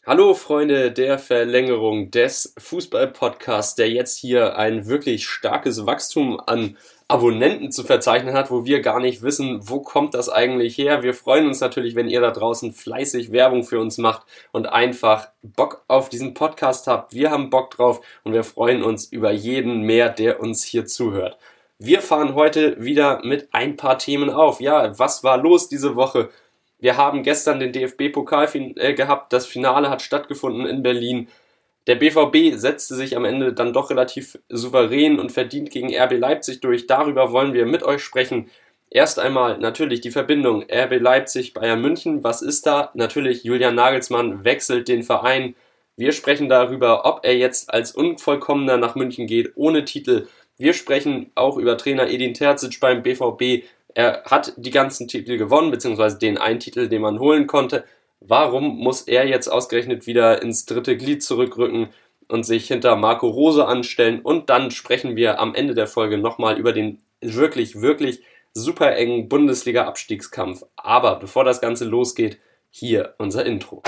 Hallo Freunde der Verlängerung des Fußball-Podcasts, der jetzt hier ein wirklich starkes Wachstum an Abonnenten zu verzeichnen hat, wo wir gar nicht wissen, wo kommt das eigentlich her. Wir freuen uns natürlich, wenn ihr da draußen fleißig Werbung für uns macht und einfach Bock auf diesen Podcast habt. Wir haben Bock drauf und wir freuen uns über jeden mehr, der uns hier zuhört. Wir fahren heute wieder mit ein paar Themen auf. Ja, was war los diese Woche? Wir haben gestern den DFB-Pokal gehabt, das Finale hat stattgefunden in Berlin. Der BVB setzte sich am Ende dann doch relativ souverän und verdient gegen RB Leipzig durch. Darüber wollen wir mit euch sprechen. Erst einmal natürlich die Verbindung RB Leipzig-Bayern München. Was ist da? Natürlich Julian Nagelsmann wechselt den Verein. Wir sprechen darüber, ob er jetzt als Unvollkommener nach München geht, ohne Titel. Wir sprechen auch über Trainer Edin Terzic beim BVB. Er hat die ganzen Titel gewonnen, beziehungsweise den einen Titel, den man holen konnte. Warum muss er jetzt ausgerechnet wieder ins dritte Glied zurückrücken und sich hinter Marco Rose anstellen? Und dann sprechen wir am Ende der Folge nochmal über den wirklich, wirklich super engen Bundesliga-Abstiegskampf. Aber bevor das Ganze losgeht, hier unser Intro.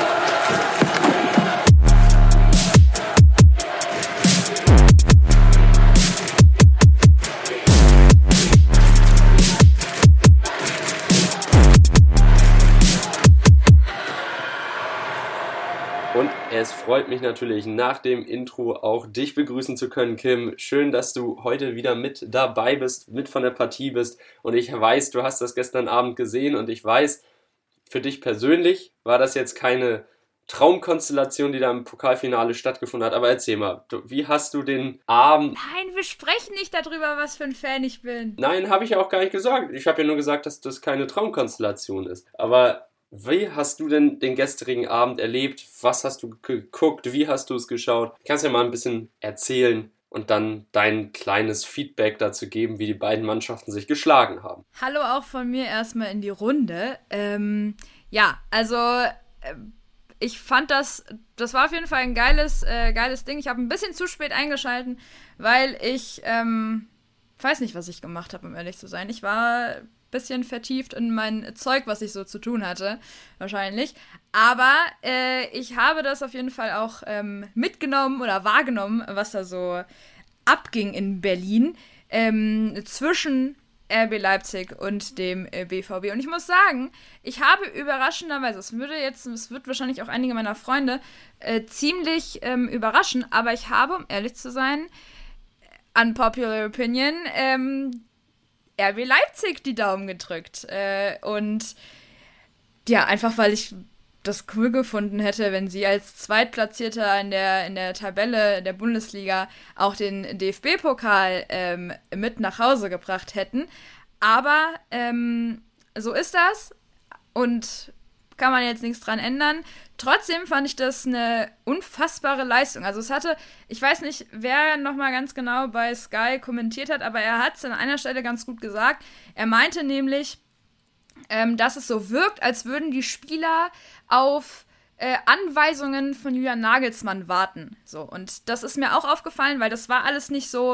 Und es freut mich natürlich, nach dem Intro auch dich begrüßen zu können, Kim. Schön, dass du heute wieder mit dabei bist, mit von der Partie bist. Und ich weiß, du hast das gestern Abend gesehen und ich weiß, für dich persönlich war das jetzt keine Traumkonstellation, die da im Pokalfinale stattgefunden hat. Aber erzähl mal, wie hast du den Abend... Nein, wir sprechen nicht darüber, was für ein Fan ich bin. Nein, habe ich ja auch gar nicht gesagt. Ich habe ja nur gesagt, dass das keine Traumkonstellation ist. Aber... Wie hast du denn den gestrigen Abend erlebt? Was hast du geguckt? Wie hast du es geschaut? Kannst du ja mal ein bisschen erzählen und dann dein kleines Feedback dazu geben, wie die beiden Mannschaften sich geschlagen haben. Hallo auch von mir erstmal in die Runde. Ich fand das war auf jeden Fall ein geiles Ding. Ich habe ein bisschen zu spät eingeschalten, weil ich weiß nicht, was ich gemacht habe, um ehrlich zu sein. Ich war bisschen vertieft in mein Zeug, was ich so zu tun hatte, wahrscheinlich. Aber ich habe das auf jeden Fall auch mitgenommen oder wahrgenommen, was da so abging in Berlin zwischen RB Leipzig und dem BVB. Und ich muss sagen, ich habe überraschenderweise, es wird wahrscheinlich auch einige meiner Freunde ziemlich überraschen, aber ich habe, um ehrlich zu sein, unpopular opinion, RB Leipzig die Daumen gedrückt. Und ja, einfach weil ich das cool gefunden hätte, wenn sie als Zweitplatzierter in der Tabelle der Bundesliga auch den DFB-Pokal mit nach Hause gebracht hätten. Aber so ist das und kann man jetzt nichts dran ändern. Trotzdem fand ich das eine unfassbare Leistung. Also ich weiß nicht, wer nochmal ganz genau bei Sky kommentiert hat, aber er hat es an einer Stelle ganz gut gesagt. Er meinte nämlich, dass es so wirkt, als würden die Spieler auf Anweisungen von Julian Nagelsmann warten. So, und das ist mir auch aufgefallen, weil das war jetzt alles nicht so,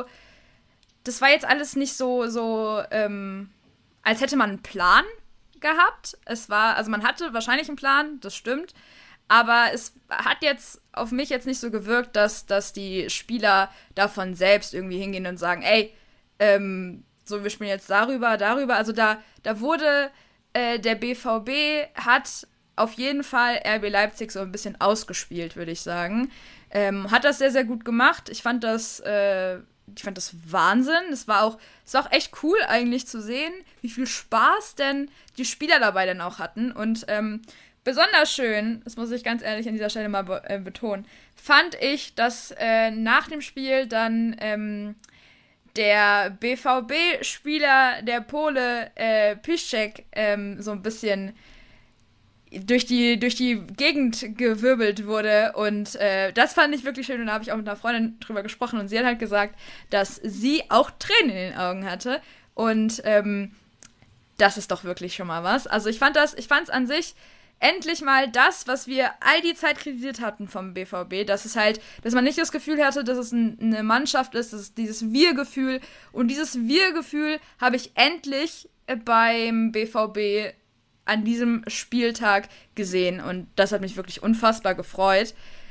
als hätte man einen Plan gehabt. Man hatte wahrscheinlich einen Plan, das stimmt, aber es hat jetzt auf mich jetzt nicht so gewirkt, dass die Spieler davon selbst irgendwie hingehen und sagen, ey, wir spielen jetzt darüber, also da wurde der BVB hat auf jeden Fall RB Leipzig so ein bisschen ausgespielt, würde ich sagen. Hat das sehr, sehr gut gemacht. Ich fand das Wahnsinn. Es war auch echt cool eigentlich zu sehen, wie viel Spaß denn die Spieler dabei dann auch hatten. Und besonders schön, das muss ich ganz ehrlich an dieser Stelle mal betonen, fand ich, dass nach dem Spiel dann der BVB-Spieler, der Pole Piszczek, so ein bisschen durch die Gegend gewirbelt wurde und das fand ich wirklich schön und da habe ich auch mit einer Freundin drüber gesprochen und sie hat halt gesagt, dass sie auch Tränen in den Augen hatte und das ist doch wirklich schon mal was. Also ich fand's an sich endlich mal das, was wir all die Zeit kritisiert hatten vom BVB, dass man nicht das Gefühl hatte, dass es eine Mannschaft ist, dass es dieses Wir-Gefühl und dieses Wir-Gefühl habe ich endlich beim BVB an diesem Spieltag gesehen und das hat mich wirklich unfassbar gefreut.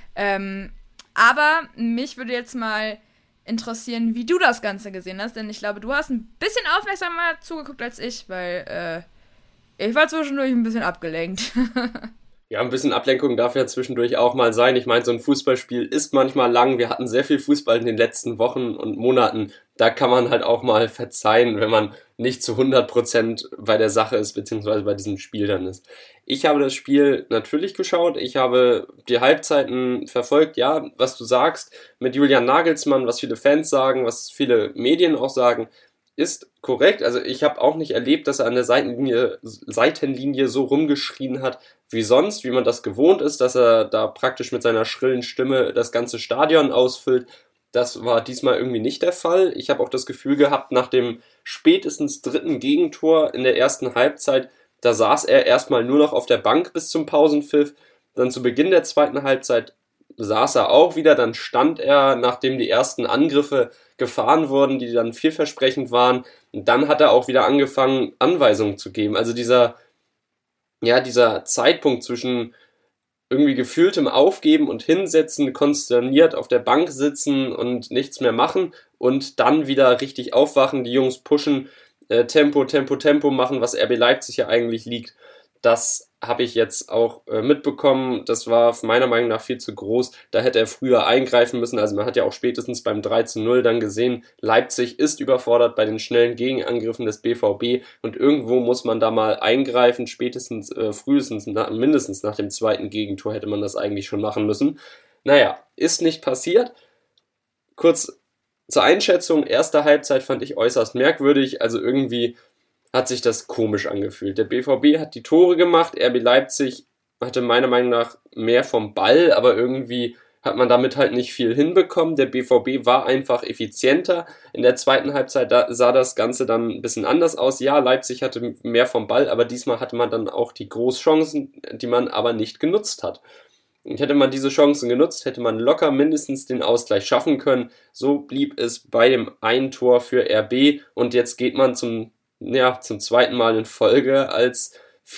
Aber mich würde jetzt mal interessieren, wie du das Ganze gesehen hast, denn ich glaube, du hast ein bisschen aufmerksamer zugeguckt als ich, weil ich war zwischendurch ein bisschen abgelenkt. Ja, ein bisschen Ablenkung darf ja zwischendurch auch mal sein. Ich meine, so ein Fußballspiel ist manchmal lang. Wir hatten sehr viel Fußball in den letzten Wochen und Monaten. Da kann man halt auch mal verzeihen, wenn man nicht zu 100% bei der Sache ist, beziehungsweise bei diesem Spiel dann ist. Ich habe das Spiel natürlich geschaut. Ich habe die Halbzeiten verfolgt. Ja, was du sagst mit Julian Nagelsmann, was viele Fans sagen, was viele Medien auch sagen, ist korrekt. Also ich habe auch nicht erlebt, dass er an der Seitenlinie so rumgeschrien hat wie sonst, wie man das gewohnt ist, dass er da praktisch mit seiner schrillen Stimme das ganze Stadion ausfüllt. Das war diesmal irgendwie nicht der Fall. Ich habe auch das Gefühl gehabt, nach dem spätestens 3. Gegentor in der ersten Halbzeit, da saß er erstmal nur noch auf der Bank bis zum Pausenpfiff. Dann zu Beginn der 2. Halbzeit saß er auch wieder, dann stand er, nachdem die ersten Angriffe gefahren wurden, die dann vielversprechend waren. Und dann hat er auch wieder angefangen, Anweisungen zu geben. Also dieser Zeitpunkt zwischen irgendwie gefühltem Aufgeben und Hinsetzen, konsterniert auf der Bank sitzen und nichts mehr machen und dann wieder richtig aufwachen, die Jungs pushen, Tempo machen, was RB Leipzig ja eigentlich liegt. Das habe ich jetzt auch mitbekommen. Das war meiner Meinung nach viel zu groß. Da hätte er früher eingreifen müssen. Also man hat ja auch spätestens beim 3:0 dann gesehen, Leipzig ist überfordert bei den schnellen Gegenangriffen des BVB und irgendwo muss man da mal eingreifen. Spätestens, mindestens nach dem 2. Gegentor hätte man das eigentlich schon machen müssen. Naja, ist nicht passiert. Kurz zur Einschätzung, erste Halbzeit fand ich äußerst merkwürdig. Also irgendwie hat sich das komisch angefühlt. Der BVB hat die Tore gemacht, RB Leipzig hatte meiner Meinung nach mehr vom Ball, aber irgendwie hat man damit halt nicht viel hinbekommen. Der BVB war einfach effizienter. In der 2. Halbzeit sah das Ganze dann ein bisschen anders aus. Ja, Leipzig hatte mehr vom Ball, aber diesmal hatte man dann auch die Großchancen, die man aber nicht genutzt hat. Und hätte man diese Chancen genutzt, hätte man locker mindestens den Ausgleich schaffen können. So blieb es bei dem einen Tor für RB und jetzt geht man zum 2. Mal in Folge als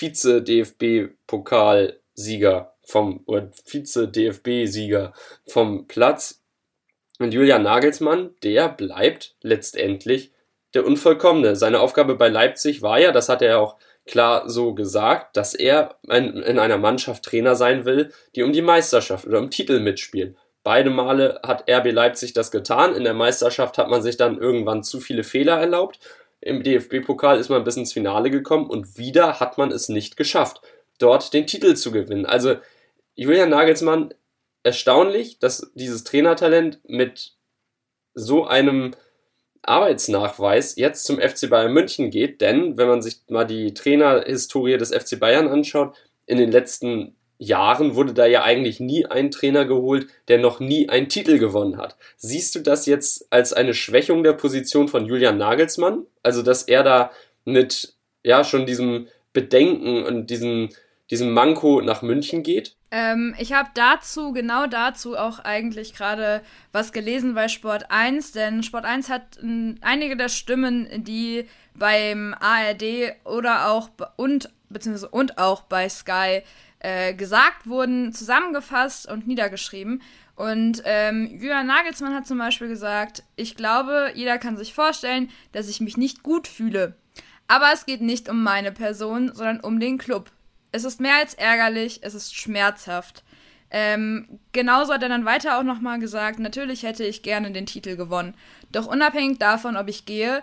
Vize-DFB-Pokalsieger Vize-DFB-Sieger vom Platz. Und Julian Nagelsmann, der bleibt letztendlich der Unvollkommene. Seine Aufgabe bei Leipzig war ja, das hat er auch klar so gesagt, dass er in einer Mannschaft Trainer sein will, die um die Meisterschaft oder um Titel mitspielt. Beide Male hat RB Leipzig das getan. In der Meisterschaft hat man sich dann irgendwann zu viele Fehler erlaubt. Im DFB-Pokal ist man bis ins Finale gekommen und wieder hat man es nicht geschafft, dort den Titel zu gewinnen. Also Julian Nagelsmann, erstaunlich, dass dieses Trainertalent mit so einem Arbeitsnachweis jetzt zum FC Bayern München geht, denn wenn man sich mal die Trainerhistorie des FC Bayern anschaut, in den letzten Jahren wurde da ja eigentlich nie ein Trainer geholt, der noch nie einen Titel gewonnen hat. Siehst du das jetzt als eine Schwächung der Position von Julian Nagelsmann? Also, dass er da mit schon diesem Bedenken und diesem Manko nach München geht? Ich habe genau dazu auch eigentlich gerade was gelesen bei Sport 1, denn Sport 1 hat einige der Stimmen, die beim ARD oder auch und auch bei Sky gesagt wurden, zusammengefasst und niedergeschrieben. Und Julian Nagelsmann hat zum Beispiel gesagt, ich glaube, jeder kann sich vorstellen, dass ich mich nicht gut fühle. Aber es geht nicht um meine Person, sondern um den Club. Es ist mehr als ärgerlich, es ist schmerzhaft. Genauso hat er dann weiter auch nochmal gesagt, natürlich hätte ich gerne den Titel gewonnen. Doch unabhängig davon, ob ich gehe,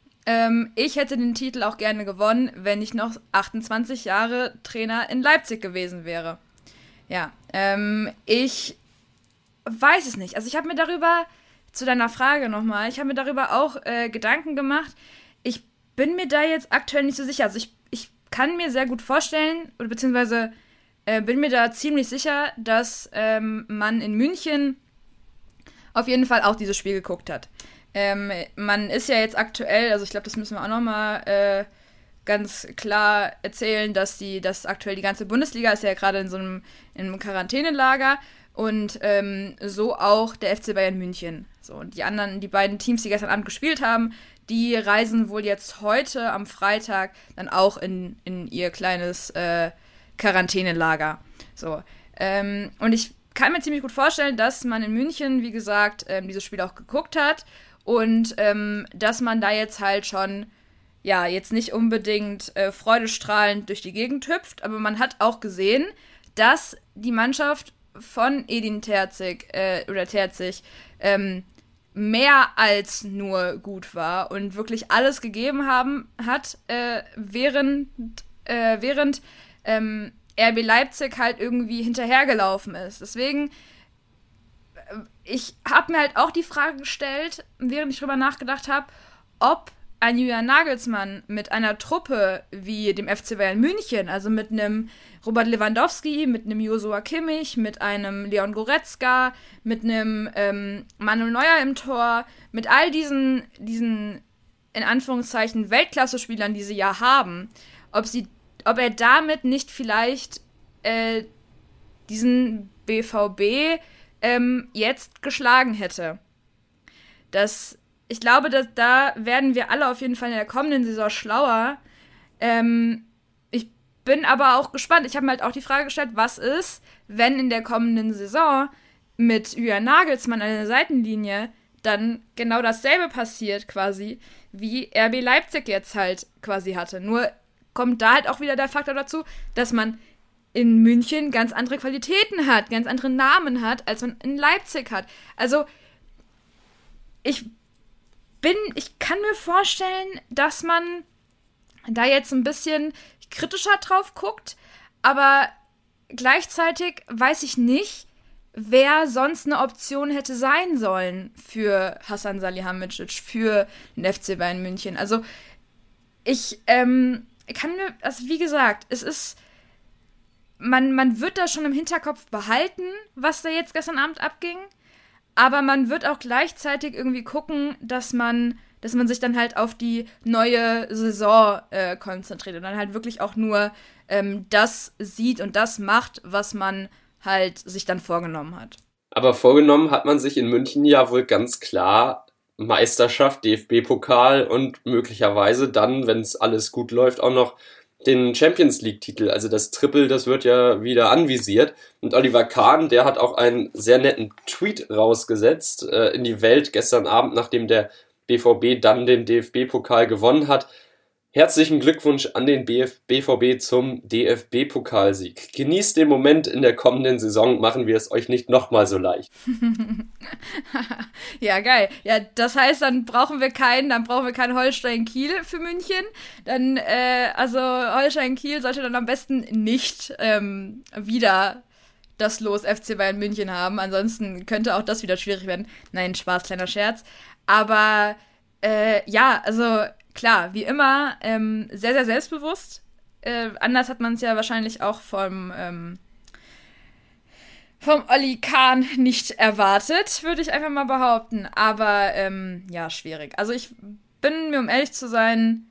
ich hätte den Titel auch gerne gewonnen, wenn ich noch 28 Jahre Trainer in Leipzig gewesen wäre. Ja, ich weiß es nicht. Also ich habe mir darüber, zu deiner Frage nochmal, ich habe mir darüber auch Gedanken gemacht. Ich bin mir da jetzt aktuell nicht so sicher. Also ich kann mir sehr gut vorstellen, oder beziehungsweise bin mir da ziemlich sicher, dass man in München auf jeden Fall auch dieses Spiel geguckt hat. Man ist ja jetzt aktuell, also ich glaube, das müssen wir auch nochmal ganz klar erzählen, dass aktuell die ganze Bundesliga ist ja gerade in einem Quarantänelager und so auch der FC Bayern München. So, und die beiden Teams, die gestern Abend gespielt haben, die reisen wohl jetzt heute am Freitag dann auch in ihr kleines Quarantänelager. So, und ich kann mir ziemlich gut vorstellen, dass man in München, wie gesagt, dieses Spiel auch geguckt hat und dass man da jetzt halt schon, ja, jetzt nicht unbedingt freudestrahlend durch die Gegend hüpft, aber man hat auch gesehen, dass die Mannschaft von Edin Terzic mehr als nur gut war und wirklich alles gegeben hat, während RB Leipzig halt irgendwie hinterhergelaufen ist. Deswegen, ich habe mir halt auch die Frage gestellt, während ich drüber nachgedacht habe, ob ein Julian Nagelsmann mit einer Truppe wie dem FC Bayern München, also mit einem Robert Lewandowski, mit einem Joshua Kimmich, mit einem Leon Goretzka, mit einem Manuel Neuer im Tor, mit all diesen in Anführungszeichen Weltklasse-Spielern, die sie ja haben, ob er damit nicht vielleicht diesen BVB jetzt geschlagen hätte. Ich glaube, dass da werden wir alle auf jeden Fall in der kommenden Saison schlauer. Ich bin aber auch gespannt. Ich habe mir halt auch die Frage gestellt, was ist, wenn in der kommenden Saison mit Julian Nagelsmann an der Seitenlinie dann genau dasselbe passiert quasi, wie RB Leipzig jetzt halt quasi hatte. Nur kommt da halt auch wieder der Faktor dazu, dass man in München ganz andere Qualitäten hat, ganz andere Namen hat, als man in Leipzig hat. Also, ich kann mir vorstellen, dass man da jetzt ein bisschen kritischer drauf guckt, aber gleichzeitig weiß ich nicht, wer sonst eine Option hätte sein sollen für Hasan Salihamidzic, für den FC Bayern München. Also, also wie gesagt, es ist, man wird das schon im Hinterkopf behalten, was da jetzt gestern Abend abging, aber man wird auch gleichzeitig irgendwie gucken, dass man sich dann halt auf die neue Saison konzentriert und dann halt wirklich auch nur das sieht und das macht, was man halt sich dann vorgenommen hat. Aber vorgenommen hat man sich in München ja wohl ganz klar Meisterschaft, DFB-Pokal und möglicherweise dann, wenn es alles gut läuft, auch noch den Champions-League-Titel. Also das Triple, das wird ja wieder anvisiert. Und Oliver Kahn, der hat auch einen sehr netten Tweet rausgesetzt in die Welt gestern Abend, nachdem der BVB dann den DFB-Pokal gewonnen hat. Herzlichen Glückwunsch an den BVB zum DFB-Pokalsieg. Genießt den Moment, in der kommenden Saison machen wir es euch nicht nochmal so leicht. Ja, geil. Ja, das heißt, dann brauchen wir kein Holstein-Kiel für München. Dann, also Holstein-Kiel sollte dann am besten nicht wieder das Los FC Bayern München haben. Ansonsten könnte auch das wieder schwierig werden. Nein, Spaß, kleiner Scherz. Aber, ja, also klar, wie immer, sehr, sehr selbstbewusst. Anders hat man es ja wahrscheinlich auch vom Olli Kahn nicht erwartet, würde ich einfach mal behaupten. Aber, ja, schwierig. Also ich bin mir, um ehrlich zu sein,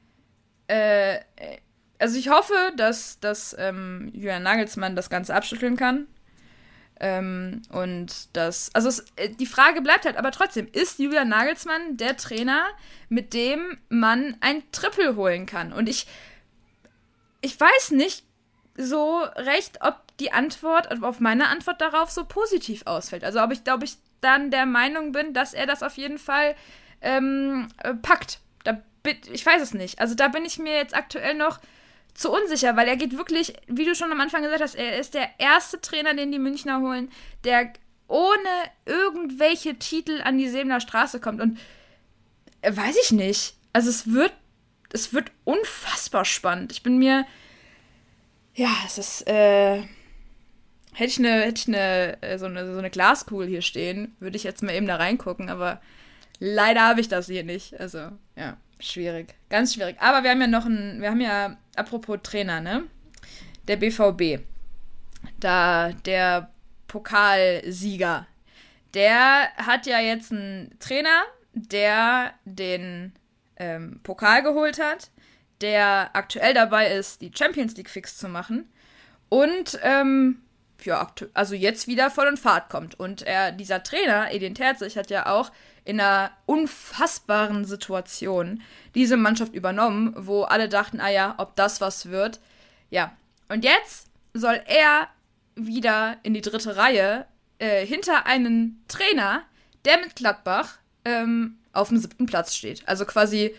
also ich hoffe, dass Julian Nagelsmann das Ganze abschütteln kann. Und die Frage bleibt halt, aber trotzdem, ist Julian Nagelsmann der Trainer, mit dem man ein Triple holen kann? Und ich weiß nicht so recht, ob auf meine Antwort darauf so positiv ausfällt. Also ob ich dann der Meinung bin, dass er das auf jeden Fall packt. Ich weiß es nicht. Also da bin ich mir jetzt aktuell noch zu unsicher, weil er geht wirklich, wie du schon am Anfang gesagt hast, er ist der erste Trainer, den die Münchner holen, der ohne irgendwelche Titel an die Sebener Straße kommt. Und weiß ich nicht. Also es wird unfassbar spannend. Ich bin mir, ja, es ist, hätte ich so eine Glaskugel hier stehen, würde ich jetzt mal eben da reingucken, aber leider habe ich das hier nicht. Also, ja. Schwierig, ganz schwierig. Aber wir haben ja, apropos Trainer, ne? Der BVB. Der Pokalsieger. Der hat ja jetzt einen Trainer, der den Pokal geholt hat, der aktuell dabei ist, die Champions League fix zu machen. Und also jetzt wieder voll in Fahrt kommt. Und dieser Trainer, Edin Terzic, hat ja auch in einer unfassbaren Situation diese Mannschaft übernommen, wo alle dachten, ob das was wird. Ja, und jetzt soll er wieder in die dritte Reihe hinter einen Trainer, der mit Gladbach auf dem 7. Platz steht. Also quasi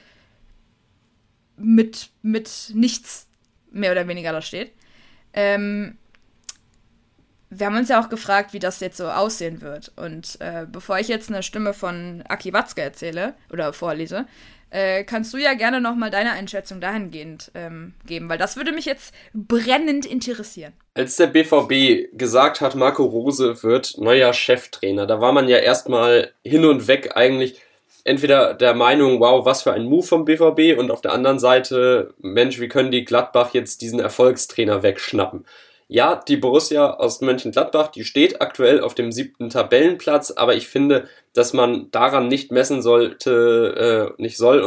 mit nichts mehr oder weniger da steht. Wir haben uns ja auch gefragt, wie das jetzt so aussehen wird. Und bevor ich jetzt eine Stimme von Aki Watzke erzähle oder vorlese, kannst du ja gerne nochmal deine Einschätzung dahingehend geben, weil das würde mich jetzt brennend interessieren. Als der BVB gesagt hat, Marco Rose wird neuer Cheftrainer, da war man ja erstmal hin und weg eigentlich entweder der Meinung, wow, was für ein Move vom BVB, und auf der anderen Seite, Mensch, wie können die Gladbach jetzt diesen Erfolgstrainer wegschnappen? Ja, die Borussia aus Mönchengladbach, die steht aktuell auf dem 7. Tabellenplatz, aber ich finde, dass man daran nicht messen sollte,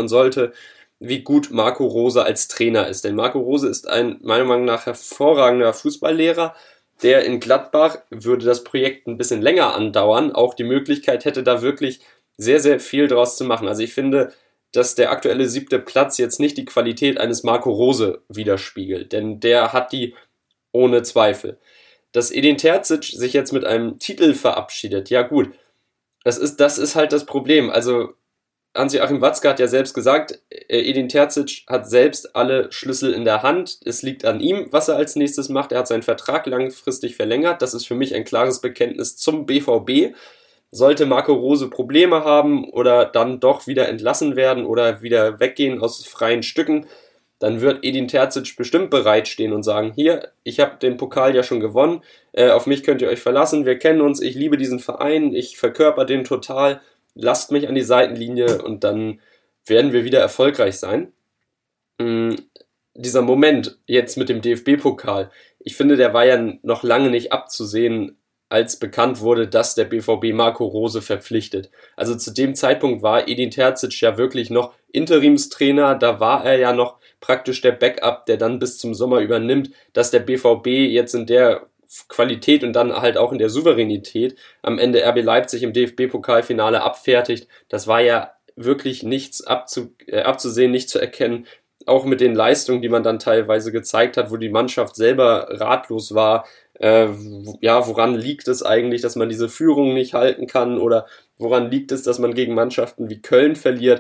wie gut Marco Rose als Trainer ist. Denn Marco Rose ist ein, meiner Meinung nach, hervorragender Fußballlehrer, der in Gladbach, würde das Projekt ein bisschen länger andauern, auch die Möglichkeit hätte, da wirklich sehr, sehr viel draus zu machen. Also ich finde, dass der aktuelle 7. Platz jetzt nicht die Qualität eines Marco Rose widerspiegelt, denn der hat die ohne Zweifel. Dass Edin Terzic sich jetzt mit einem Titel verabschiedet, ja gut, das ist halt das Problem. Also Hans-Joachim Watzke hat ja selbst gesagt, Edin Terzic hat selbst alle Schlüssel in der Hand. Es liegt an ihm, was er als nächstes macht. Er hat seinen Vertrag langfristig verlängert. Das ist für mich ein klares Bekenntnis zum BVB. Sollte Marco Rose Probleme haben oder dann doch wieder entlassen werden oder wieder weggehen aus freien Stücken, dann wird Edin Terzic bestimmt bereitstehen und sagen, hier, ich habe den Pokal ja schon gewonnen, auf mich könnt ihr euch verlassen, wir kennen uns, ich liebe diesen Verein, ich verkörper den total, lasst mich an die Seitenlinie und dann werden wir wieder erfolgreich sein. Dieser Moment jetzt mit dem DFB-Pokal, ich finde, der war ja noch lange nicht abzusehen, als bekannt wurde, dass der BVB Marco Rose verpflichtet. Also zu dem Zeitpunkt war Edin Terzic ja wirklich noch Interimstrainer, da war er ja noch praktisch der Backup, der dann bis zum Sommer übernimmt, dass der BVB jetzt in der Qualität und dann halt auch in der Souveränität am Ende RB Leipzig im DFB-Pokalfinale abfertigt. Das war ja wirklich nichts abzusehen, nicht zu erkennen, auch mit den Leistungen, die man dann teilweise gezeigt hat, wo die Mannschaft selber ratlos war. Woran liegt es eigentlich, dass man diese Führung nicht halten kann, oder woran liegt es, dass man gegen Mannschaften wie Köln verliert?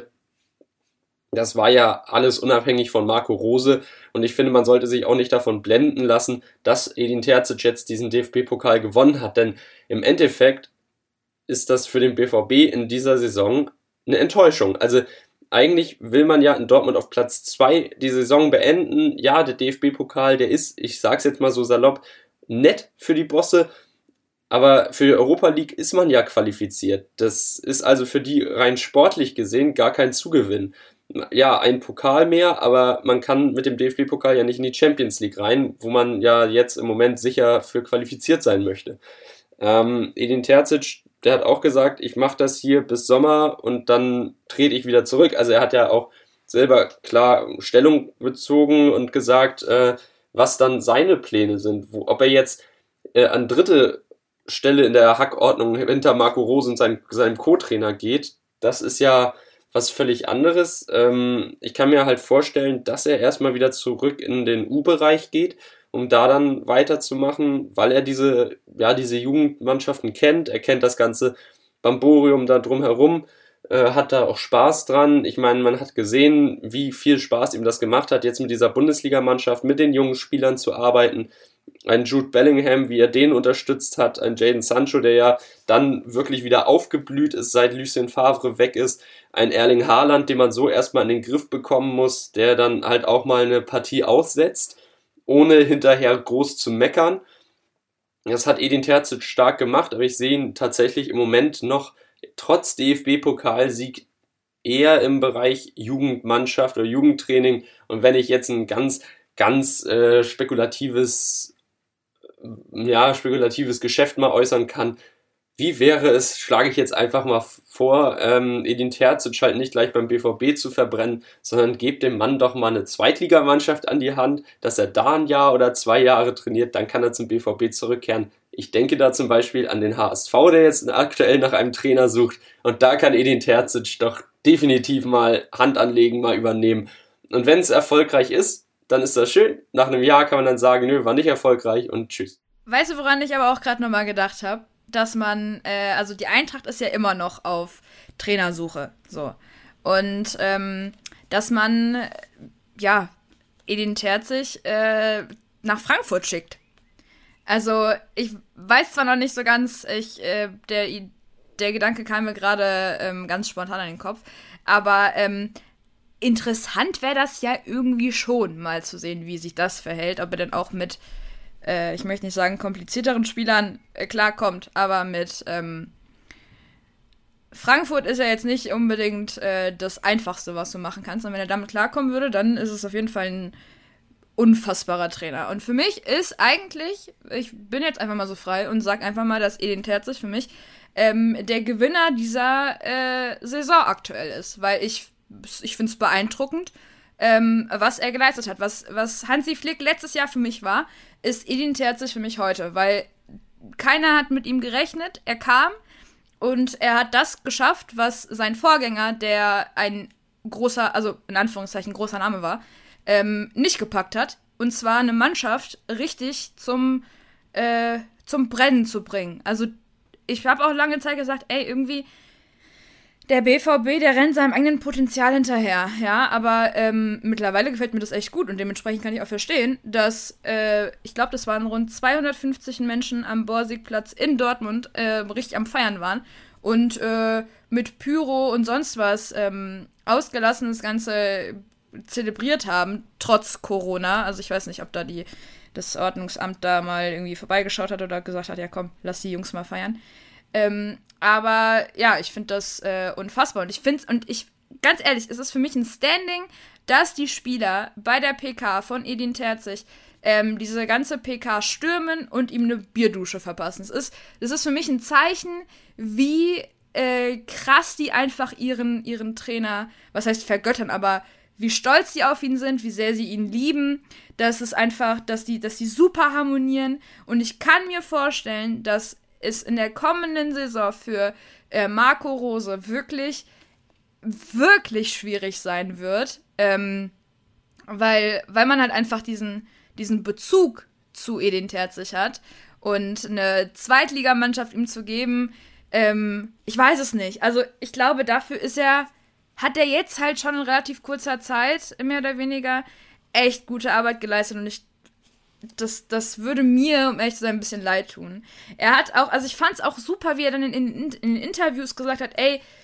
Das war ja alles unabhängig von Marco Rose, und ich finde, man sollte sich auch nicht davon blenden lassen, dass Edin Terzic jetzt diesen DFB-Pokal gewonnen hat, denn im Endeffekt ist das für den BVB in dieser Saison eine Enttäuschung. Also eigentlich will man ja in Dortmund auf Platz 2 die Saison beenden. Ja, der DFB-Pokal, der ist, ich sag's jetzt mal so salopp, nett für die Bosse, aber für die Europa League ist man ja qualifiziert. Das ist also für die rein sportlich gesehen gar kein Zugewinn. Ja, ein Pokal mehr, aber man kann mit dem DFB-Pokal ja nicht in die Champions League rein, wo man ja jetzt im Moment sicher für qualifiziert sein möchte. Edin Terzic, der hat auch gesagt, ich mache das hier bis Sommer und dann trete ich wieder zurück. Also er hat ja auch selber klar Stellung bezogen und gesagt, was dann seine Pläne sind. Ob er jetzt an dritte Stelle in der Hackordnung hinter Marco Rose und seinem Co-Trainer geht, das ist ja was völlig anderes. Ich kann mir halt vorstellen, dass er erstmal wieder zurück in den U-Bereich geht, um da dann weiterzumachen, weil er diese Jugendmannschaften kennt. Er kennt das ganze Bamborium da drumherum, hat da auch Spaß dran. Ich meine, man hat gesehen, wie viel Spaß ihm das gemacht hat, jetzt mit dieser Bundesligamannschaft, mit den jungen Spielern zu arbeiten. Ein Jude Bellingham, wie er den unterstützt hat, ein Jadon Sancho, der ja dann wirklich wieder aufgeblüht ist, seit Lucien Favre weg ist, ein Erling Haaland, den man so erstmal in den Griff bekommen muss, der dann halt auch mal eine Partie aussetzt, ohne hinterher groß zu meckern. Das hat Edin Terzic stark gemacht, aber ich sehe ihn tatsächlich im Moment noch trotz DFB-Pokalsieg eher im Bereich Jugendmannschaft oder Jugendtraining. Und wenn ich jetzt ein ganz spekulatives Geschäft mal äußern kann, wie wäre es, schlage ich jetzt einfach mal vor, Edin Terzic halt nicht gleich beim BVB zu verbrennen, sondern gebt dem Mann doch mal eine Zweitligamannschaft an die Hand, dass er da ein Jahr oder 2 Jahre trainiert, dann kann er zum BVB zurückkehren. Ich denke da zum Beispiel an den HSV, der jetzt aktuell nach einem Trainer sucht. Und da kann Edin Terzic doch definitiv mal Hand anlegen, mal übernehmen. Und wenn es erfolgreich ist, dann ist das schön. Nach einem Jahr kann man dann sagen, nö, war nicht erfolgreich und tschüss. Weißt du, woran ich aber auch gerade nochmal gedacht habe? Dass man, also die Eintracht ist ja immer noch auf Trainersuche. So. Und dass man, Edin Terzic nach Frankfurt schickt. Also, ich weiß zwar noch nicht so ganz, der Gedanke kam mir gerade ganz spontan an den Kopf, aber interessant wäre das ja irgendwie schon, mal zu sehen, wie sich das verhält, ob er denn auch mit, ich möchte nicht sagen komplizierteren Spielern klarkommt, aber mit Frankfurt ist ja jetzt nicht unbedingt das Einfachste, was du machen kannst, und wenn er damit klarkommen würde, dann ist es auf jeden Fall ein unfassbarer Trainer. Und für mich ist eigentlich, ich bin jetzt einfach mal so frei und sag einfach mal, dass Edin Terzic für mich der Gewinner dieser Saison aktuell ist, weil ich finde es beeindruckend, was er geleistet hat. Was Hansi Flick letztes Jahr für mich war, ist Edin Terzic für mich heute, weil keiner hat mit ihm gerechnet, er kam und er hat das geschafft, was sein Vorgänger, der ein großer, also in Anführungszeichen großer Name war, nicht gepackt hat. Und zwar eine Mannschaft richtig zum Brennen zu bringen. Also ich habe auch lange Zeit gesagt, irgendwie der BVB, der rennt seinem eigenen Potenzial hinterher. Ja, aber mittlerweile gefällt mir das echt gut. Und dementsprechend kann ich auch verstehen, dass, ich glaube, das waren rund 250 Menschen am Borsigplatz in Dortmund richtig am Feiern waren. Und mit Pyro und sonst was ausgelassen das Ganze zelebriert haben, trotz Corona. Also ich weiß nicht, ob da das Ordnungsamt da mal irgendwie vorbeigeschaut hat oder gesagt hat, ja komm, lass die Jungs mal feiern. Aber ja, ich finde das unfassbar. Und ich, ganz ehrlich, es ist für mich ein Standing, dass die Spieler bei der PK von Edin Terzic diese ganze PK stürmen und ihm eine Bierdusche verpassen. Das ist für mich ein Zeichen, wie krass die einfach ihren Trainer, was heißt vergöttern, aber wie stolz sie auf ihn sind, wie sehr sie ihn lieben, dass es einfach, dass die super harmonieren. Und ich kann mir vorstellen, dass es in der kommenden Saison für Marco Rose wirklich, wirklich schwierig sein wird, weil man halt einfach diesen Bezug zu Edin Terzic hat und eine Zweitligamannschaft ihm zu geben, ich weiß es nicht. Also ich glaube, dafür hat er jetzt halt schon in relativ kurzer Zeit, mehr oder weniger, echt gute Arbeit geleistet und das würde mir, um ehrlich zu sein, ein bisschen leid tun. Er hat auch, also ich fand es auch super, wie er dann in Interviews gesagt hat,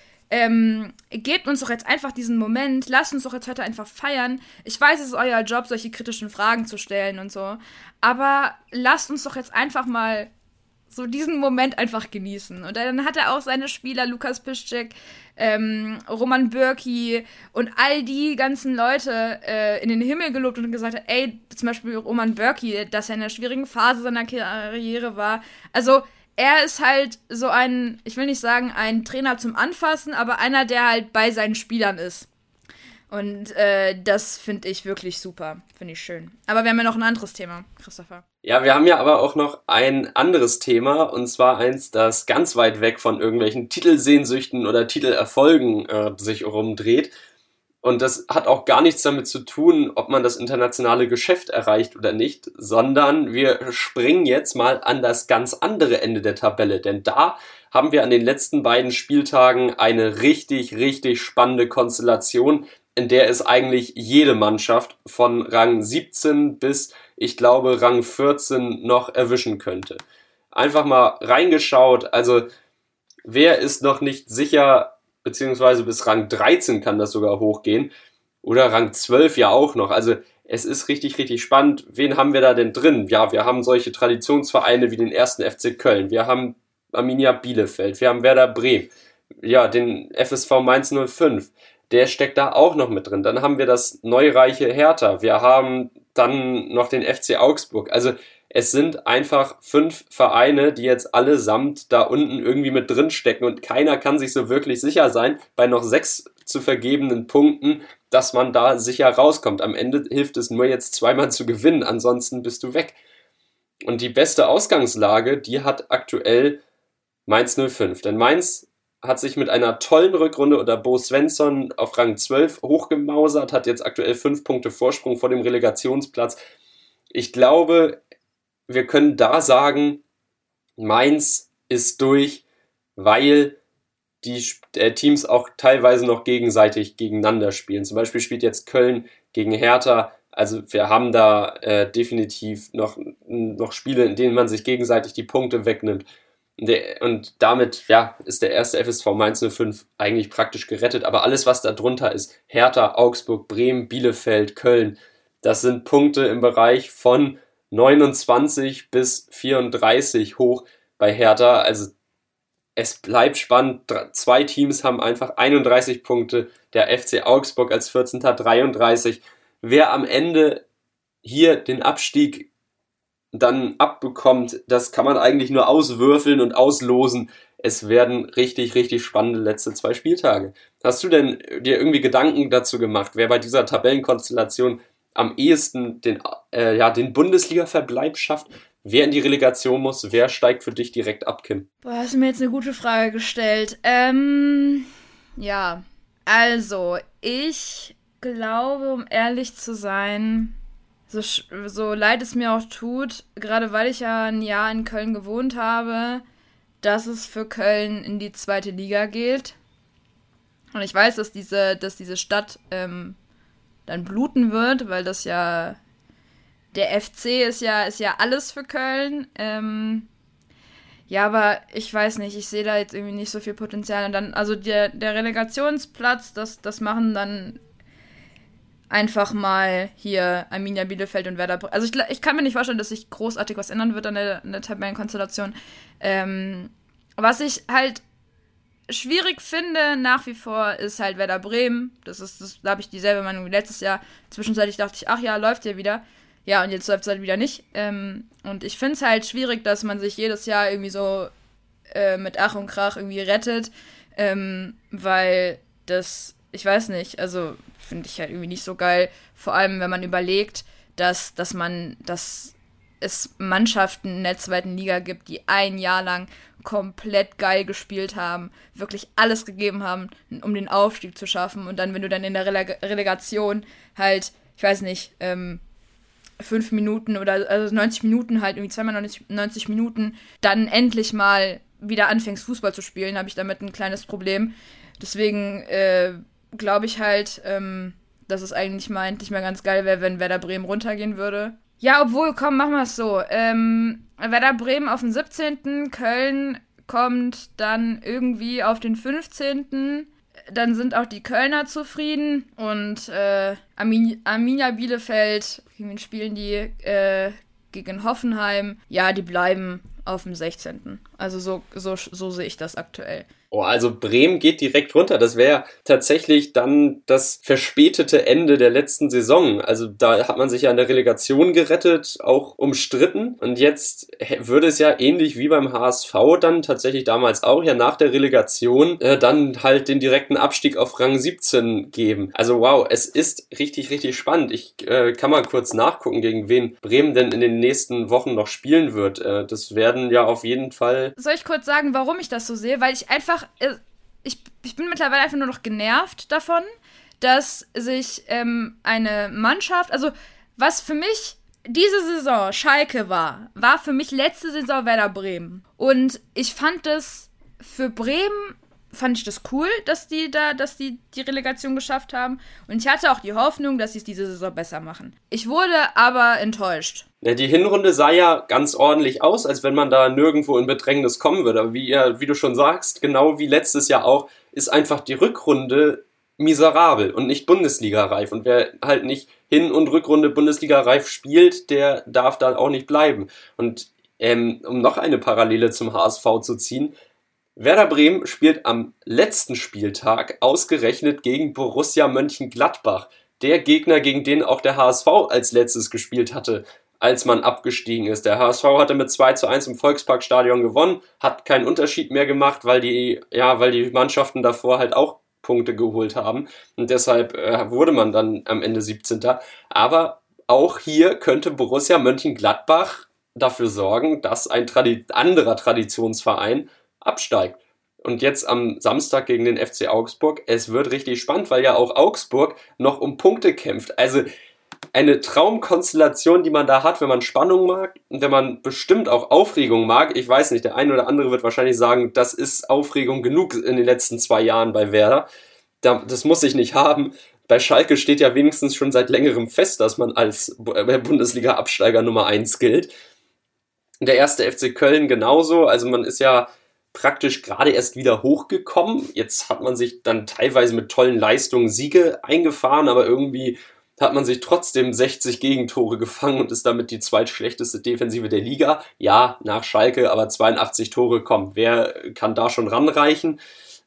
gebt uns doch jetzt einfach diesen Moment, lasst uns doch jetzt heute einfach feiern. Ich weiß, es ist euer Job, solche kritischen Fragen zu stellen und so, aber lasst uns doch jetzt einfach mal so diesen Moment einfach genießen. Und dann hat er auch seine Spieler, Lukas Piszczek, Roman Bürki und all die ganzen Leute in den Himmel gelobt und gesagt hat, zum Beispiel Roman Bürki, dass er in einer schwierigen Phase seiner Karriere war. Also er ist halt so ich will nicht sagen, ein Trainer zum Anfassen, aber einer, der halt bei seinen Spielern ist. Und das finde ich wirklich super. Finde ich schön. Aber wir haben ja noch ein anderes Thema, Christopher. Ja, wir haben ja aber auch noch ein anderes Thema, und zwar eins, das ganz weit weg von irgendwelchen Titelsehnsüchten oder Titelerfolgen sich rumdreht. Und das hat auch gar nichts damit zu tun, ob man das internationale Geschäft erreicht oder nicht, sondern wir springen jetzt mal an das ganz andere Ende der Tabelle. Denn da haben wir an den letzten beiden Spieltagen eine richtig, richtig spannende Konstellation, in der es eigentlich jede Mannschaft von Rang 17 bis, ich glaube, Rang 14 noch erwischen könnte. Einfach mal reingeschaut, also wer ist noch nicht sicher, beziehungsweise bis Rang 13 kann das sogar hochgehen, oder Rang 12 ja auch noch, also es ist richtig, richtig spannend. Wen haben wir da denn drin? Ja, wir haben solche Traditionsvereine wie den 1. FC Köln, wir haben Arminia Bielefeld, wir haben Werder Bremen, ja, den FSV Mainz 05, der steckt da auch noch mit drin. Dann haben wir das neureiche Hertha. Wir haben dann noch den FC Augsburg. Also es sind einfach 5 Vereine, die jetzt allesamt da unten irgendwie mit drin stecken und keiner kann sich so wirklich sicher sein, bei noch 6 zu vergebenen Punkten, dass man da sicher rauskommt. Am Ende hilft es nur jetzt zweimal zu gewinnen, ansonsten bist du weg. Und die beste Ausgangslage, die hat aktuell Mainz 05. Denn Mainz hat sich mit einer tollen Rückrunde unter Bo Svensson auf Rang 12 hochgemausert, hat jetzt aktuell 5 Punkte Vorsprung vor dem Relegationsplatz. Ich glaube, wir können da sagen, Mainz ist durch, weil die Teams auch teilweise noch gegenseitig gegeneinander spielen. Zum Beispiel spielt jetzt Köln gegen Hertha. Also wir haben da definitiv noch Spiele, in denen man sich gegenseitig die Punkte wegnimmt. Und damit ist der erste FSV Mainz 05 eigentlich praktisch gerettet. Aber alles, was da drunter ist, Hertha, Augsburg, Bremen, Bielefeld, Köln, das sind Punkte im Bereich von 29 bis 34 hoch bei Hertha. Also es bleibt spannend. 2 Teams haben einfach 31 Punkte. Der FC Augsburg als 14. 33. Wer am Ende hier den Abstieg dann abbekommt, das kann man eigentlich nur auswürfeln und auslosen. Es werden richtig, richtig spannende letzte 2 Spieltage. Hast du denn dir irgendwie Gedanken dazu gemacht, wer bei dieser Tabellenkonstellation am ehesten den Bundesliga-Verbleib schafft? Wer in die Relegation muss? Wer steigt für dich direkt ab, Kim? Boah, hast du mir jetzt eine gute Frage gestellt. Ja, also ich glaube, um ehrlich zu sein, so leid es mir auch tut, gerade weil ich ja ein Jahr in Köln gewohnt habe, dass es für Köln in die 2. Liga geht. Und ich weiß, dass diese Stadt dann bluten wird, weil das ja der FC ist ja alles für Köln. Ja, aber ich weiß nicht, ich sehe da jetzt irgendwie nicht so viel Potenzial. Und dann, also der Relegationsplatz, das machen dann einfach mal hier Arminia Bielefeld und Werder Bremen. Also ich kann mir nicht vorstellen, dass sich großartig was ändern wird an der Tabellenkonstellation. Was ich halt schwierig finde nach wie vor ist halt Werder Bremen. Da habe ich dieselbe Meinung wie letztes Jahr. Zwischenzeitlich dachte ich, ach ja, läuft ja wieder. Ja, und jetzt läuft es halt wieder nicht. Und ich finde es halt schwierig, dass man sich jedes Jahr irgendwie so mit Ach und Krach irgendwie rettet. Weil das, ich weiß nicht, also finde ich halt irgendwie nicht so geil. Vor allem, wenn man überlegt, dass es Mannschaften in der 2. Liga gibt, die ein Jahr lang komplett geil gespielt haben, wirklich alles gegeben haben, um den Aufstieg zu schaffen. Und dann, wenn du dann in der Relegation halt, ich weiß nicht, 5 Minuten oder also 90 Minuten halt, irgendwie zweimal 90 Minuten, dann endlich mal wieder anfängst, Fußball zu spielen, habe ich damit ein kleines Problem. Deswegen glaube ich halt, dass es eigentlich mal endlich mal ganz geil wäre, wenn Werder Bremen runtergehen würde. Ja, obwohl, komm, machen wir es so. Werder Bremen auf den 17., Köln kommt dann irgendwie auf den 15., dann sind auch die Kölner zufrieden und Arminia Bielefeld, gegen wen spielen die? Gegen Hoffenheim. Ja, die bleiben auf dem 16. Also so sehe ich das aktuell. Oh, also Bremen geht direkt runter. Das wäre tatsächlich dann das verspätete Ende der letzten Saison. Also da hat man sich ja in der Relegation gerettet, auch umstritten. Und jetzt würde es ja ähnlich wie beim HSV dann tatsächlich damals auch ja nach der Relegation dann halt den direkten Abstieg auf Rang 17 geben. Also wow, es ist richtig, richtig spannend. Ich kann mal kurz nachgucken, gegen wen Bremen denn in den nächsten Wochen noch spielen wird. Das werden ja auf jeden Fall... Soll ich kurz sagen, warum ich das so sehe? Weil ich einfach... Ich bin mittlerweile einfach nur noch genervt davon, dass sich eine Mannschaft, also was für mich diese Saison Schalke war für mich letzte Saison Werder Bremen. Und ich fand das für Bremen, fand ich das cool, dass die Relegation geschafft haben. Und ich hatte auch die Hoffnung, dass sie es diese Saison besser machen. Ich wurde aber enttäuscht. Ja, die Hinrunde sah ja ganz ordentlich aus, als wenn man da nirgendwo in Bedrängnis kommen würde. Aber wie du schon sagst, genau wie letztes Jahr auch, ist einfach die Rückrunde miserabel und nicht Bundesliga-reif. Und wer halt nicht Hin- und Rückrunde Bundesliga-reif spielt, der darf da auch nicht bleiben. Und um noch eine Parallele zum HSV zu ziehen, Werder Bremen spielt am letzten Spieltag ausgerechnet gegen Borussia Mönchengladbach. Der Gegner, gegen den auch der HSV als letztes gespielt hatte, als man abgestiegen ist. Der HSV hatte mit 2:1 im Volksparkstadion gewonnen, hat keinen Unterschied mehr gemacht, weil die Mannschaften davor halt auch Punkte geholt haben. Und deshalb wurde man dann am Ende 17. Aber auch hier könnte Borussia Mönchengladbach dafür sorgen, dass ein anderer Traditionsverein absteigt. Und jetzt am Samstag gegen den FC Augsburg, es wird richtig spannend, weil ja auch Augsburg noch um Punkte kämpft. Also eine Traumkonstellation, die man da hat, wenn man Spannung mag und wenn man bestimmt auch Aufregung mag. Ich weiß nicht, der eine oder andere wird wahrscheinlich sagen, das ist Aufregung genug in den letzten 2 Jahren bei Werder. Das muss ich nicht haben. Bei Schalke steht ja wenigstens schon seit längerem fest, dass man als Bundesliga-Absteiger Nummer 1 gilt. Der erste FC Köln genauso. Also man ist ja praktisch gerade erst wieder hochgekommen. Jetzt hat man sich dann teilweise mit tollen Leistungen Siege eingefahren, aber irgendwie hat man sich trotzdem 60 Gegentore gefangen und ist damit die zweitschlechteste Defensive der Liga. Ja, nach Schalke, aber 82 Tore, kommt. Wer kann da schon ranreichen?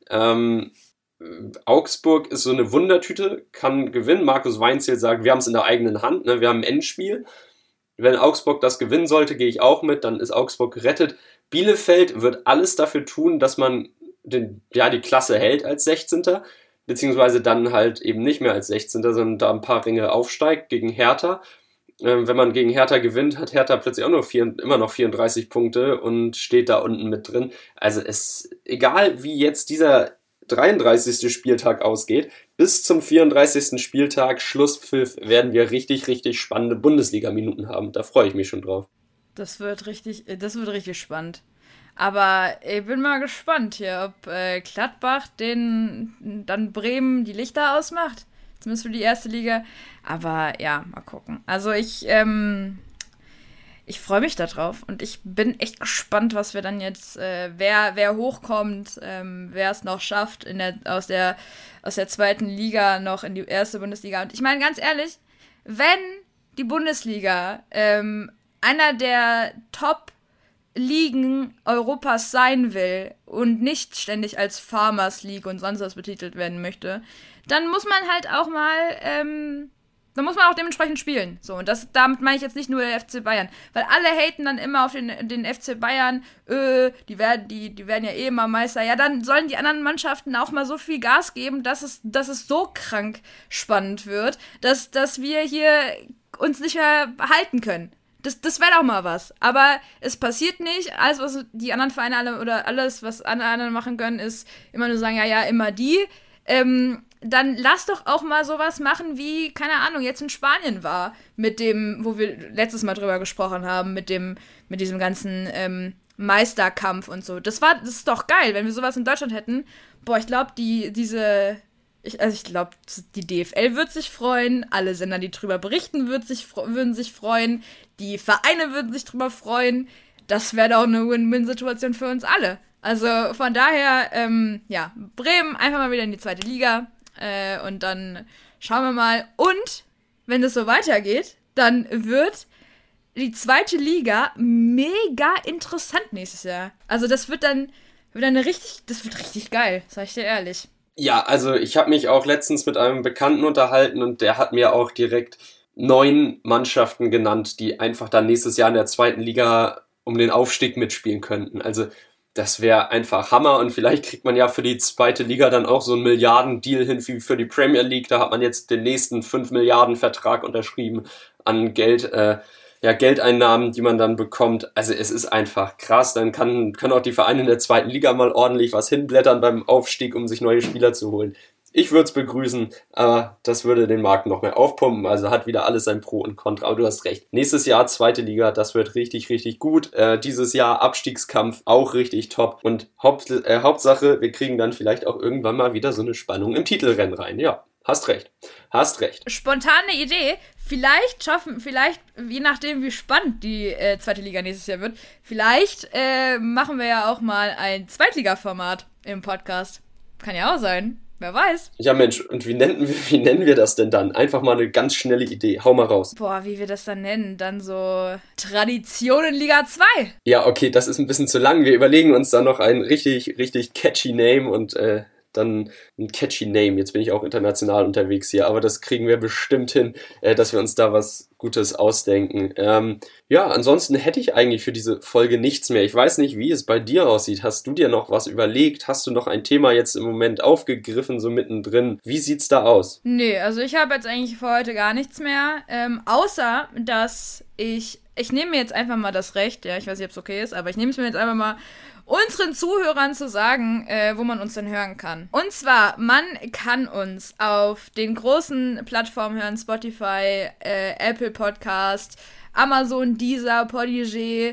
Augsburg ist so eine Wundertüte, kann gewinnen. Markus Weinzierl sagt, wir haben es in der eigenen Hand, ne? Wir haben ein Endspiel. Wenn Augsburg das gewinnen sollte, gehe ich auch mit, dann ist Augsburg gerettet. Bielefeld wird alles dafür tun, dass man die Klasse hält als 16. Beziehungsweise dann halt eben nicht mehr als 16., sondern da ein paar Ringe aufsteigt gegen Hertha. Wenn man gegen Hertha gewinnt, hat Hertha plötzlich auch immer noch 34 Punkte und steht da unten mit drin. Also egal wie jetzt dieser 33. Spieltag ausgeht, bis zum 34. Spieltag, Schlusspfiff, werden wir richtig, richtig spannende Bundesliga-Minuten haben. Da freue ich mich schon drauf. Das wird richtig spannend. Aber ich bin mal gespannt hier, ob Gladbach dann Bremen die Lichter ausmacht. Zumindest für die erste Liga. Aber ja, mal gucken. Also ich freue mich da drauf und ich bin echt gespannt, was wir dann jetzt, wer hochkommt, wer es noch schafft aus der zweiten Liga noch in die erste Bundesliga. Und ich meine, ganz ehrlich, wenn die Bundesliga einer der Top-Ligen Europas sein will und nicht ständig als Farmers League und sonst was betitelt werden möchte, dann muss man halt auch mal dann muss man auch dementsprechend spielen. So, und damit meine ich jetzt nicht nur der FC Bayern. Weil alle haten dann immer auf den FC Bayern, die werden ja eh immer Meister. Ja, dann sollen die anderen Mannschaften auch mal so viel Gas geben, dass es so krank spannend wird, dass wir hier uns nicht mehr halten können. Das wäre doch mal was. Aber es passiert nicht. Alles, was die anderen Vereine alles, was andere anderen machen können, ist immer nur sagen, ja, immer die. Dann lass doch auch mal sowas machen wie, keine Ahnung, jetzt in Spanien war, mit dem, wo wir letztes Mal drüber gesprochen haben, mit diesem ganzen Meisterkampf und so. Das ist doch geil, wenn wir sowas in Deutschland hätten. Boah, ich glaube, die DFL wird sich freuen, alle Sender, die drüber berichten, würden sich freuen, die Vereine würden sich drüber freuen. Das wäre doch eine Win-Win-Situation für uns alle. Also von daher, Bremen einfach mal wieder in die zweite Liga. Und dann schauen wir mal. Und wenn es so weitergeht, dann wird die zweite Liga mega interessant nächstes Jahr. Also das wird richtig geil, sag ich dir ehrlich. Ja, also ich habe mich auch letztens mit einem Bekannten unterhalten und der hat mir auch direkt 9 Mannschaften genannt, die einfach dann nächstes Jahr in der zweiten Liga um den Aufstieg mitspielen könnten. Also das wäre einfach Hammer und vielleicht kriegt man ja für die zweite Liga dann auch so einen Milliarden-Deal hin wie für die Premier League. Da hat man jetzt den nächsten 5 Milliarden Vertrag unterschrieben an Geldeinnahmen, die man dann bekommt. Also es ist einfach krass. Dann können auch die Vereine in der zweiten Liga mal ordentlich was hinblättern beim Aufstieg, um sich neue Spieler zu holen. Ich würde es begrüßen, aber das würde den Markt noch mehr aufpumpen. Also hat wieder alles sein Pro und Contra. Aber du hast recht. Nächstes Jahr zweite Liga, das wird richtig, richtig gut. Dieses Jahr Abstiegskampf auch richtig top. Und Hauptsache, wir kriegen dann vielleicht auch irgendwann mal wieder so eine Spannung im Titelrennen rein. Ja, hast recht. Spontane Idee. Vielleicht, je nachdem wie spannend die zweite Liga nächstes Jahr wird, vielleicht machen wir ja auch mal ein Zweitliga-Format im Podcast. Kann ja auch sein. Wer weiß. Ja Mensch, und wie nennen wir das denn dann? Einfach mal eine ganz schnelle Idee. Hau mal raus. Boah, wie wir das dann nennen? Dann so Tradition in Liga 2. Ja, okay, das ist ein bisschen zu lang. Wir überlegen uns dann noch einen richtig, richtig catchy Name und dann ein catchy Name. Jetzt bin ich auch international unterwegs hier, aber das kriegen wir bestimmt hin, dass wir uns da was Gutes ausdenken. Ansonsten hätte ich eigentlich für diese Folge nichts mehr. Ich weiß nicht, wie es bei dir aussieht. Hast du dir noch was überlegt? Hast du noch ein Thema jetzt im Moment aufgegriffen, so mittendrin? Wie sieht's da aus? Nee, also ich habe jetzt eigentlich für heute gar nichts mehr, außer, dass ich nehme mir jetzt einfach mal das Recht, ja, ich weiß nicht, ob es okay ist, aber ich nehme es mir jetzt einfach mal, unseren Zuhörern zu sagen, wo man uns denn hören kann. Und zwar, man kann uns auf den großen Plattformen hören, Spotify, Apple Podcast, Amazon, Deezer, Podigy,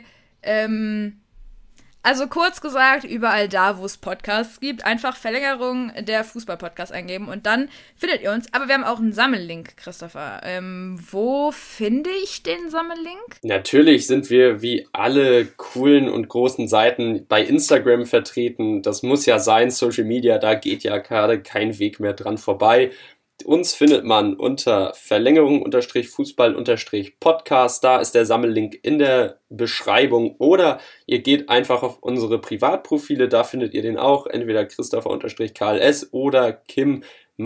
also kurz gesagt, überall da, wo es Podcasts gibt, einfach Verlängerung der Fußball-Podcast eingeben und dann findet ihr uns. Aber wir haben auch einen Sammellink, Christopher. Wo finde ich den Sammellink? Natürlich sind wir wie alle coolen und großen Seiten bei Instagram vertreten. Das muss ja sein, Social Media, da geht ja gerade kein Weg mehr dran vorbei. Uns findet man unter Verlängerung-Fußball-Podcast. Da ist der Sammellink in der Beschreibung. Oder ihr geht einfach auf unsere Privatprofile. Da findet ihr den auch. Entweder Christopher-KLS oder Kim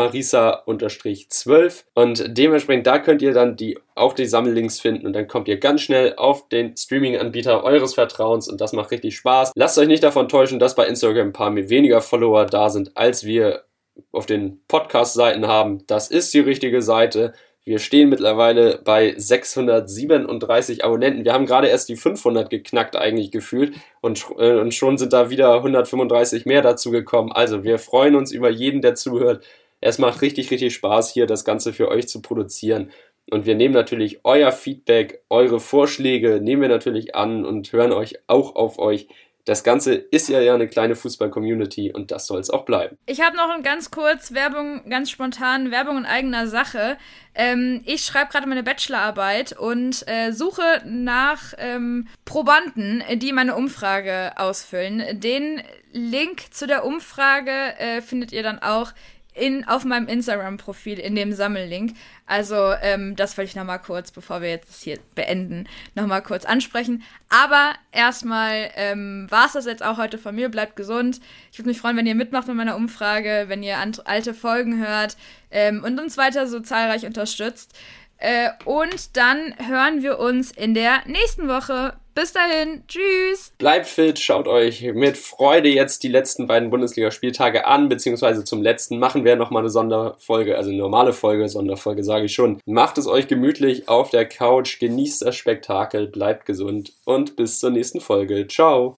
Marisa-12. Und dementsprechend, da könnt ihr dann auch die Sammellinks finden. Und dann kommt ihr ganz schnell auf den Streaming-Anbieter eures Vertrauens. Und das macht richtig Spaß. Lasst euch nicht davon täuschen, dass bei Instagram ein paar weniger Follower da sind, als wir auf den Podcast-Seiten haben. Das ist die richtige Seite. Wir stehen mittlerweile bei 637 Abonnenten. Wir haben gerade erst die 500 geknackt eigentlich gefühlt und schon sind da wieder 135 mehr dazu gekommen. Also wir freuen uns über jeden, der zuhört. Es macht richtig, richtig Spaß, hier das Ganze für euch zu produzieren. Und wir nehmen natürlich euer Feedback, eure Vorschläge nehmen wir natürlich an und hören euch auch auf euch. Das Ganze ist ja eine kleine Fußball-Community und das soll es auch bleiben. Ich habe noch ganz kurz ganz spontan Werbung in eigener Sache. Ich schreibe gerade meine Bachelorarbeit und suche nach Probanden, die meine Umfrage ausfüllen. Den Link zu der Umfrage findet ihr dann auch auf meinem Instagram-Profil in dem Sammellink. Also das wollte ich nochmal kurz, bevor wir jetzt hier beenden, nochmal kurz ansprechen. Aber erstmal war es das jetzt auch heute von mir. Bleibt gesund. Ich würde mich freuen, wenn ihr mitmacht mit meiner Umfrage, wenn ihr alte Folgen hört und uns weiter so zahlreich unterstützt. Und dann hören wir uns in der nächsten Woche. Bis dahin, tschüss! Bleibt fit, schaut euch mit Freude jetzt die letzten beiden Bundesligaspieltage an, beziehungsweise zum letzten machen wir nochmal eine Sonderfolge, also eine normale Folge, Sonderfolge sage ich schon. Macht es euch gemütlich auf der Couch, genießt das Spektakel, bleibt gesund und bis zur nächsten Folge. Ciao!